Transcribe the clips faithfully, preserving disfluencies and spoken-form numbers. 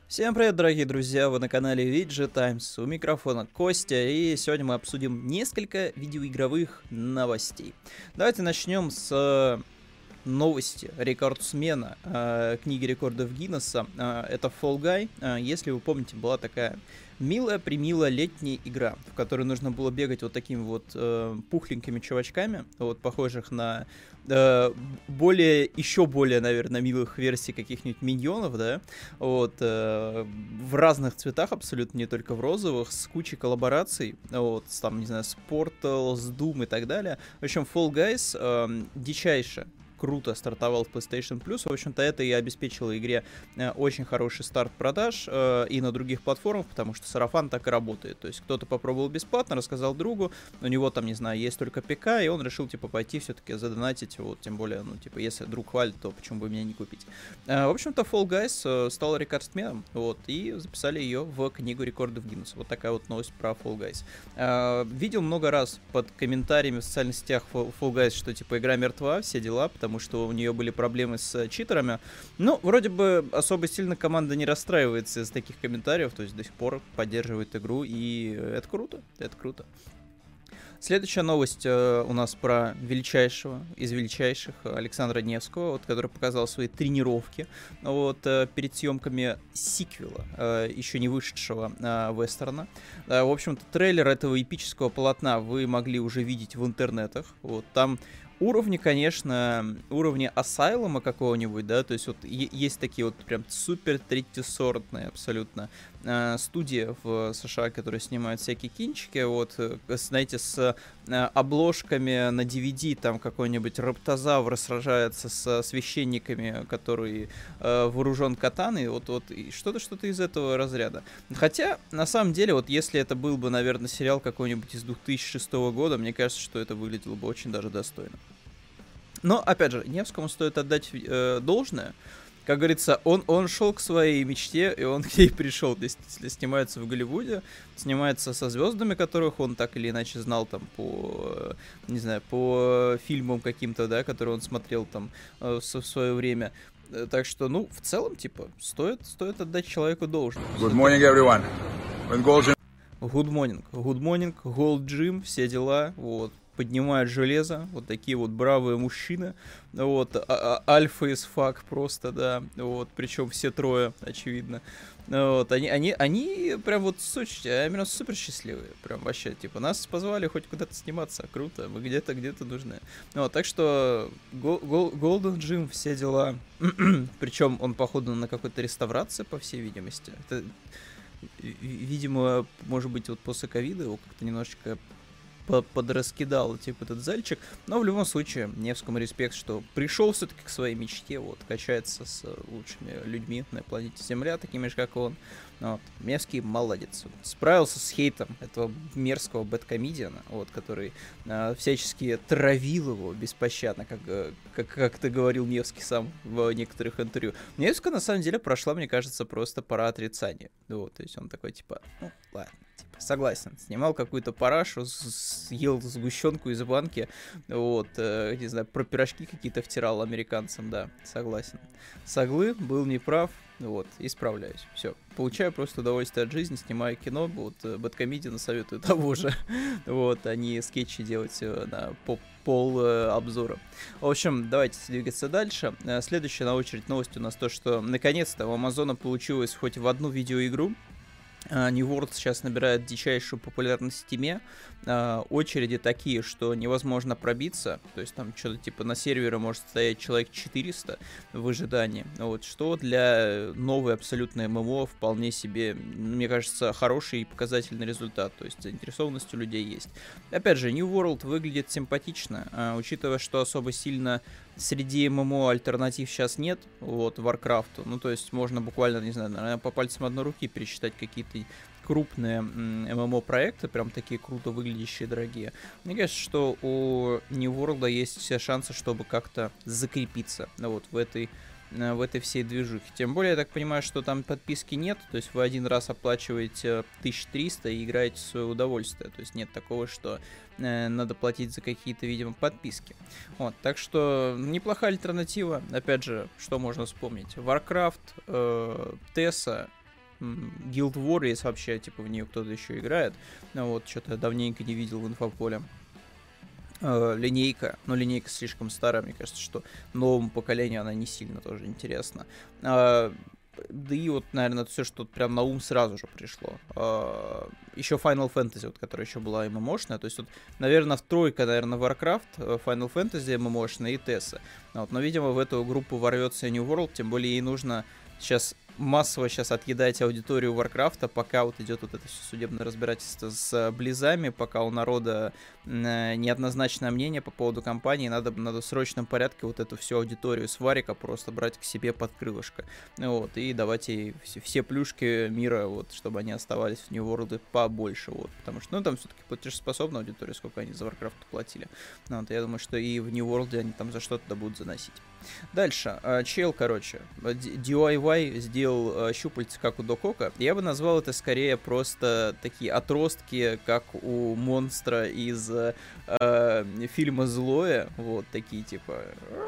Всем привет, дорогие друзья, вы на канале ви джи Times, у микрофона Костя, и сегодня мы обсудим несколько видеоигровых новостей. Давайте начнем с новости рекордсмена э, книги рекордов Гиннесса. Э, это Fall Guy. Э, если вы помните, была такая милая-примилая летняя игра, в которой нужно было бегать вот такими вот э, пухленькими чувачками, вот похожих на э, более, еще более, наверное, милых версий каких-нибудь миньонов, да, вот, э, в разных цветах абсолютно, не только в розовых, с кучей коллабораций, вот, с, там, не знаю, с Portal, с Doom и так далее. В общем, Fall Guys э, дичайше круто стартовал в PlayStation Plus. В общем-то, это и обеспечило игре э, очень хороший старт продаж э, и на других платформах, потому что сарафан так и работает. То есть кто-то попробовал бесплатно, рассказал другу, у него там, не знаю, есть только ПК, и он решил, типа, пойти все-таки задонатить, вот, тем более, ну, типа, если друг хвалит, то почему бы меня не купить. Э, в общем-то, Fall Guys э, стал рекордсменом, вот, и записали ее в книгу рекордов Гиннесса. Вот такая вот новость про Fall Guys. Э, видел много раз под комментариями в социальных сетях Fall Guys, что, типа, игра мертва, все дела, потому потому что у нее были проблемы с читерами. Ну, вроде бы особо сильно команда не расстраивается из таких комментариев, то есть до сих пор поддерживает игру, и это круто, это круто. Следующая новость э, у нас про величайшего из величайших Александра Невского, вот, который показал свои тренировки вот, э, перед съемками сиквела, э, еще не вышедшего э, вестерна. Э, в общем-то, трейлер этого эпического полотна вы могли уже видеть в интернетах. Вот, там уровни, конечно, уровни Асайлума какого-нибудь, да, то есть вот есть такие вот прям супер третьесортные абсолютно э, студии в США, которые снимают всякие кинчики, вот, э, знаете, с э, обложками на ди ви ди, там какой-нибудь раптозавр сражается с священниками, который э, вооружен катаной, вот, вот, что-то, что-то из этого разряда. Хотя, на самом деле, вот если это был бы, наверное, сериал какой-нибудь из две тысячи шестого года, мне кажется, что это выглядело бы очень даже достойно. Но, опять же, Невскому стоит отдать э, должное. Как говорится, он, он шел к своей мечте, и он к ней пришел. Действительно, снимается в Голливуде, снимается со звездами, которых он так или иначе знал там по, не знаю, по фильмам каким-то, да, которые он смотрел там э, в, в свое время. Так что, ну, в целом, типа, стоит, стоит отдать человеку должное. Good morning, everyone. Good morning. Good morning, Gold Gym, все дела, вот. Поднимают железо, вот такие вот бравые мужчины, вот, а -а альфа из фак просто, да, вот, причем все трое, очевидно, вот, они, они, они прям вот, слушайте, именно супер счастливые, прям вообще, типа, нас позвали хоть куда-то сниматься, круто, мы где-то, где-то нужны, вот, так что, Golden Gym, все дела, причем он, походу, на какой-то реставрации, по всей видимости, это, видимо, может быть, вот после ковида его как-то немножечко подраскидал, типа, этот зальчик. Но в любом случае, Невскому респект, что пришел все-таки к своей мечте, вот, качается с лучшими людьми на планете Земля, такими же, как он. Вот. Невский молодец. Справился с хейтом этого мерзкого бэдкомедиана, вот, который э, всячески травил его беспощадно, как, как, как ты говорил Невский сам в некоторых интервью. Невского, на самом деле, прошла, мне кажется, просто пора отрицания. Вот, то есть он такой, типа, ну, ладно. Согласен, снимал какую-то парашу, съел сгущенку из банки, вот, э, не знаю, про пирожки какие-то втирал американцам, да, согласен. Соглы, был неправ, вот, исправляюсь, все. Получаю просто удовольствие от жизни, снимаю кино, вот, Бэдкомедиана советую того же, вот, а не скетчи делать на пол обзора. В общем, давайте двигаться дальше. Следующая на очередь новость у нас то, что наконец-то у Амазона получилось хоть в одну видеоигру. New World сейчас набирает дичайшую популярность в Steam. Uh, очереди такие, что невозможно пробиться. То есть там что-то типа на сервере может стоять человек четыреста в ожидании. Вот, что для новой абсолютной эм эм о вполне себе, мне кажется, хороший и показательный результат. То есть заинтересованность у людей есть. Опять же, New World выглядит симпатично, uh, учитывая, что особо сильно среди эм эм о альтернатив сейчас нет, вот, Warcraft. Ну, то есть можно буквально, не знаю, наверное, по пальцам одной руки пересчитать какие-то крупные эм эм о-проекты, прям такие круто выглядящие, дорогие. Мне кажется, что у New World есть все шансы, чтобы как-то закрепиться вот в этой, в этой всей движухе. Тем более, я так понимаю, что там подписки нет, то есть вы один раз оплачиваете тысячу триста и играете в свое удовольствие. То есть нет такого, что э, надо платить за какие-то, видимо, подписки. Вот, так что неплохая альтернатива. Опять же, что можно вспомнить? Warcraft, э, Tessa, Guild Wars вообще, типа, в нее кто-то еще играет. Вот, что-то я давненько не видел в инфополе. Линейка, но линейка слишком старая, мне кажется, что новому поколению она не сильно тоже интересна. Да и вот, наверное, это все, что прям на ум сразу же пришло. Еще Final Fantasy, вот, которая еще была эм эм о-шная. То есть, вот, наверное, в тройка, наверное, Warcraft, Final Fantasy эм эм о-шная и Тесса. Вот, но, видимо, в эту группу ворвется New World, тем более ей нужно сейчас массово сейчас отъедать аудиторию Варкрафта, пока вот идет вот это все судебное разбирательство с Близами, пока у народа э, неоднозначное мнение по поводу компании, надо, надо в срочном порядке вот эту всю аудиторию с Варика просто брать к себе под крылышко, вот, и давать ей все, все плюшки мира, вот, чтобы они оставались в New World побольше, вот, потому что, ну, там все-таки платежеспособная аудитория, сколько они за Warcraft платили, ну, вот, я думаю, что и в New World они там за что-то будут заносить. Дальше, чел, короче, ди ай вай сделал щупальца, как у Докока. Я бы назвал это скорее просто такие отростки, как у монстра из э, фильма «Злое». Вот, такие, типа,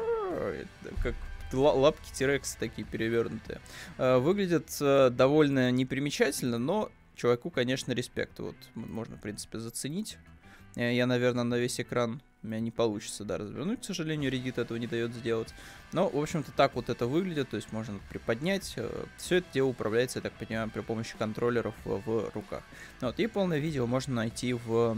как лапки Тирекса такие перевернутые. Выглядят довольно непримечательно, но чуваку, конечно, респект. Вот, можно, в принципе, заценить. Я, наверное, на весь экран у меня не получится, да, развернуть, к сожалению, Reddit этого не дает сделать. Но, в общем-то, так вот это выглядит, то есть можно приподнять. Все это дело управляется, я так понимаю, при помощи контроллеров в, в руках. Вот, и полное видео можно найти в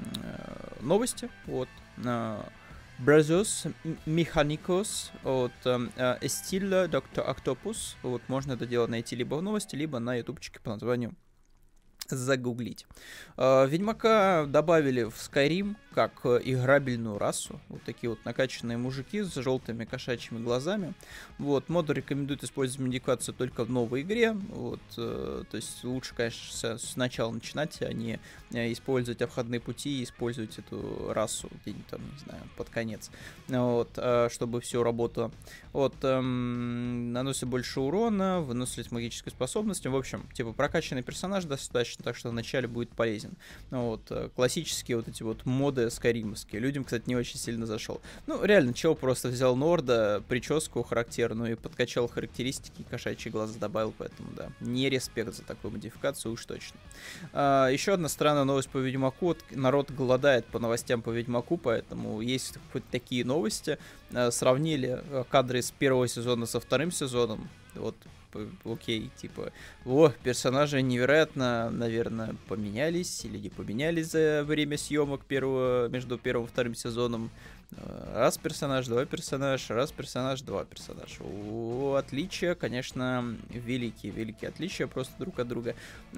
э, новости, вот, на Brazos Mechanicos от э, Estilo Doctor Octopus. Вот, можно это дело найти либо в новости, либо на ютубчике по названию загуглить. Ведьмака добавили в Skyrim как играбельную расу. Вот такие вот накачанные мужики с желтыми кошачьими глазами. Вот, моды рекомендуют использовать модификацию только в новой игре. Вот, то есть лучше, конечно, сначала начинать, а не использовать обходные пути и использовать эту расу где-нибудь там, не знаю, под конец. Вот, чтобы все работало. Вот, эм, наносит больше урона, выносливость магической способности. В общем, типа прокачанный персонаж достаточно, так что вначале будет полезен. Вот, классические вот эти вот моды скайримовские. Людям, кстати, не очень сильно зашел. Ну, реально, чел просто взял Норда, прическу характерную и подкачал характеристики, кошачьи глаза добавил, поэтому, да, не респект за такую модификацию, уж точно. А, еще одна странная новость по Ведьмаку. Народ голодает по новостям по Ведьмаку, поэтому есть хоть такие новости. А, сравнили кадры с первого сезона со вторым сезоном. Вот, окей, типа, о, персонажи невероятно, наверное, поменялись или не поменялись за время съемок первого, между первым и вторым сезоном. Раз персонаж, два персонаж, раз персонаж, два персонаж. О, отличия, конечно, великие, великие отличия просто друг от друга.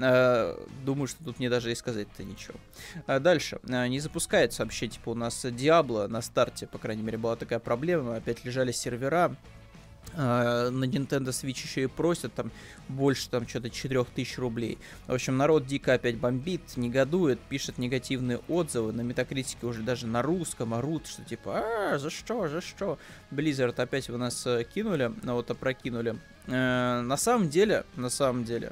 Думаю, что тут мне даже и сказать-то ничего. Дальше. Не запускается вообще, типа, у нас Diablo на старте, по крайней мере, была такая проблема. Опять лежали сервера. Uh, на Nintendo Switch еще и просят там больше, там что-то четыре тысячи рублей. В общем, народ дико опять бомбит, негодует, пишет негативные отзывы. На Метакритике уже даже на русском орут, что типа, а, за что, за что? Blizzard опять вы нас uh, кинули, ну вот опрокинули. Uh, на самом деле, на самом деле,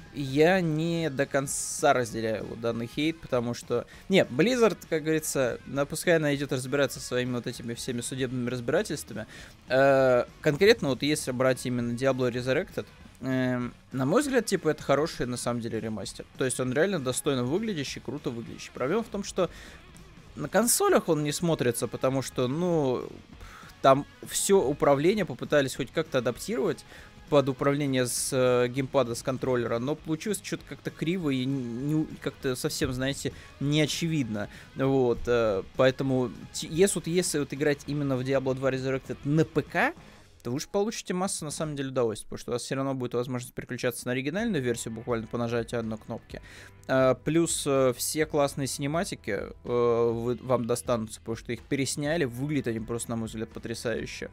я не до конца разделяю вот данный хейт, потому что... Не, Blizzard, как говорится, пускай она идет разбираться со своими вот этими всеми судебными разбирательствами. Э, конкретно, вот если брать именно Diablo Resurrected, э, на мой взгляд, типа, это хороший, на самом деле, ремастер. То есть он реально достойно выглядящий, круто выглядящий. Проблема в том, что на консолях он не смотрится, потому что, ну, там все управление попытались хоть как-то адаптировать под управление с э, геймпада, с контроллера, но получилось что-то как-то криво и не, как-то совсем, знаете, не очевидно. Вот, э, поэтому, если, вот, если вот играть именно в Diablo два Resurrected на ПК, то вы же получите массу, на самом деле, удовольствия, потому что у вас все равно будет возможность переключаться на оригинальную версию буквально по нажатию одной кнопки. Э, плюс э, все классные синематики э, вы, вам достанутся, потому что их пересняли, выглядят они просто, на мой взгляд, потрясающе.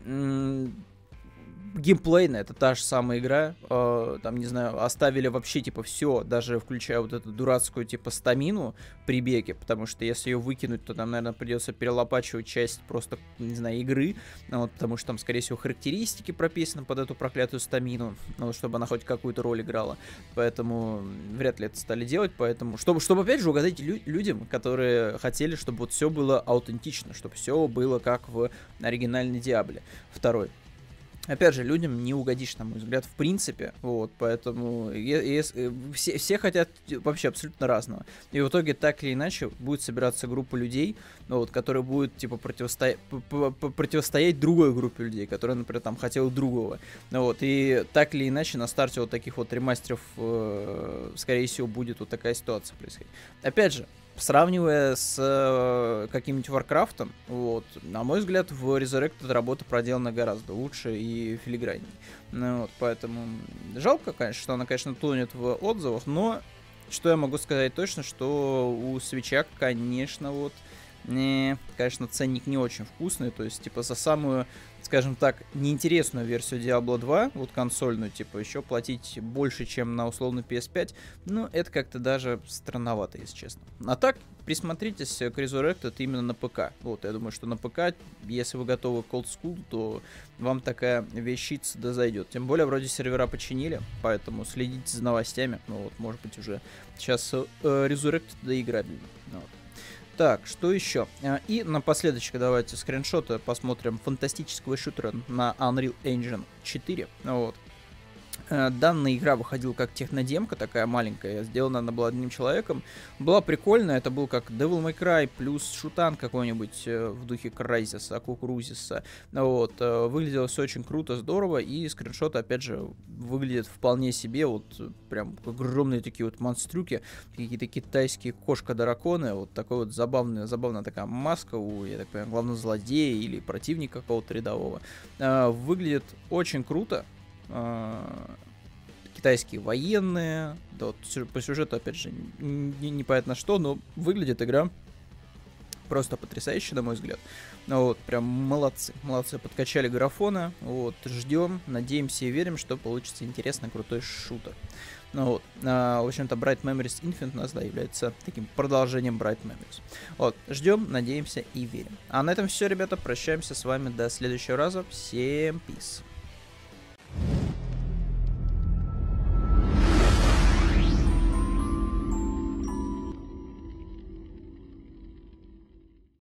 Геймплейно это та же самая игра, э, там, не знаю, оставили вообще, типа, все, даже включая вот эту дурацкую, типа, стамину при беге, потому что если ее выкинуть, то там, наверное, придется перелопачивать часть просто, не знаю, игры, ну, вот, потому что там, скорее всего, характеристики прописаны под эту проклятую стамину, ну, чтобы она хоть какую-то роль играла, поэтому вряд ли это стали делать, поэтому, чтобы, чтобы опять же, угодить лю- людям, которые хотели, чтобы вот все было аутентично, чтобы все было как в оригинальной Диабле второй. Опять же, людям не угодишь, на мой взгляд, в принципе, вот, поэтому е- е- все, все хотят вообще абсолютно разного. И в итоге, так или иначе, будет собираться группа людей, ну, вот, которые будут, типа, противостоять, противостоять другой группе людей, которая, например, там, хотела другого. Ну, вот, и так или иначе, на старте вот таких вот ремастеров, э- скорее всего, будет вот такая ситуация происходить. Опять же, сравнивая с э, каким-нибудь Варкрафтом, вот, на мой взгляд, в Resurrected работа проделана гораздо лучше и филиграннее. Ну, вот, поэтому жалко, конечно, что она, конечно, тонет в отзывах, но что я могу сказать точно, что у Свитча, конечно, вот, не, конечно, ценник не очень вкусный, то есть, типа, за самую, скажем так, неинтересную версию Diablo два, вот консольную, типа, еще платить больше, чем на условно пи эс пять, ну, это как-то даже странновато, если честно. А так, присмотритесь к Resurrected именно на ПК. Вот, я думаю, что на ПК, если вы готовы к олдскулу, то вам такая вещица да зайдет. Тем более, вроде сервера починили, поэтому следите за новостями. Ну, вот, может быть, уже сейчас э, Resurrected доиграбельно. Вот. Так, что еще? И напоследочек давайте скриншоты посмотрим фантастического шутера на Unreal Engine четыре. Вот. Данная игра выходила как технодемка, такая маленькая, сделана она была одним человеком. Была прикольная, это был как Devil May Cry плюс шутан какой-нибудь в духе Крайзиса, Кукурузиса. Вот, выглядело все очень круто, здорово, и скриншоты, опять же, выглядят вполне себе, вот прям огромные такие вот монстрюки, какие-то китайские кошка-драконы, вот такой вот забавная, забавная такая маска у, я так понимаю, главного злодея или противника какого-то рядового. Выглядит очень круто. Китайские военные, да, вот по сюжету, опять же, непонятно что, но выглядит игра просто потрясающе, на мой взгляд. Вот, прям молодцы, молодцы, подкачали графона, вот, ждем, надеемся и верим, что получится интересный, крутой шутер. Ну вот, а, в общем-то, Bright Memories Infinite у нас, да, является таким продолжением Bright Memories. Вот, ждем, надеемся и верим. А на этом все, ребята, прощаемся с вами до следующего раза. Всем peace.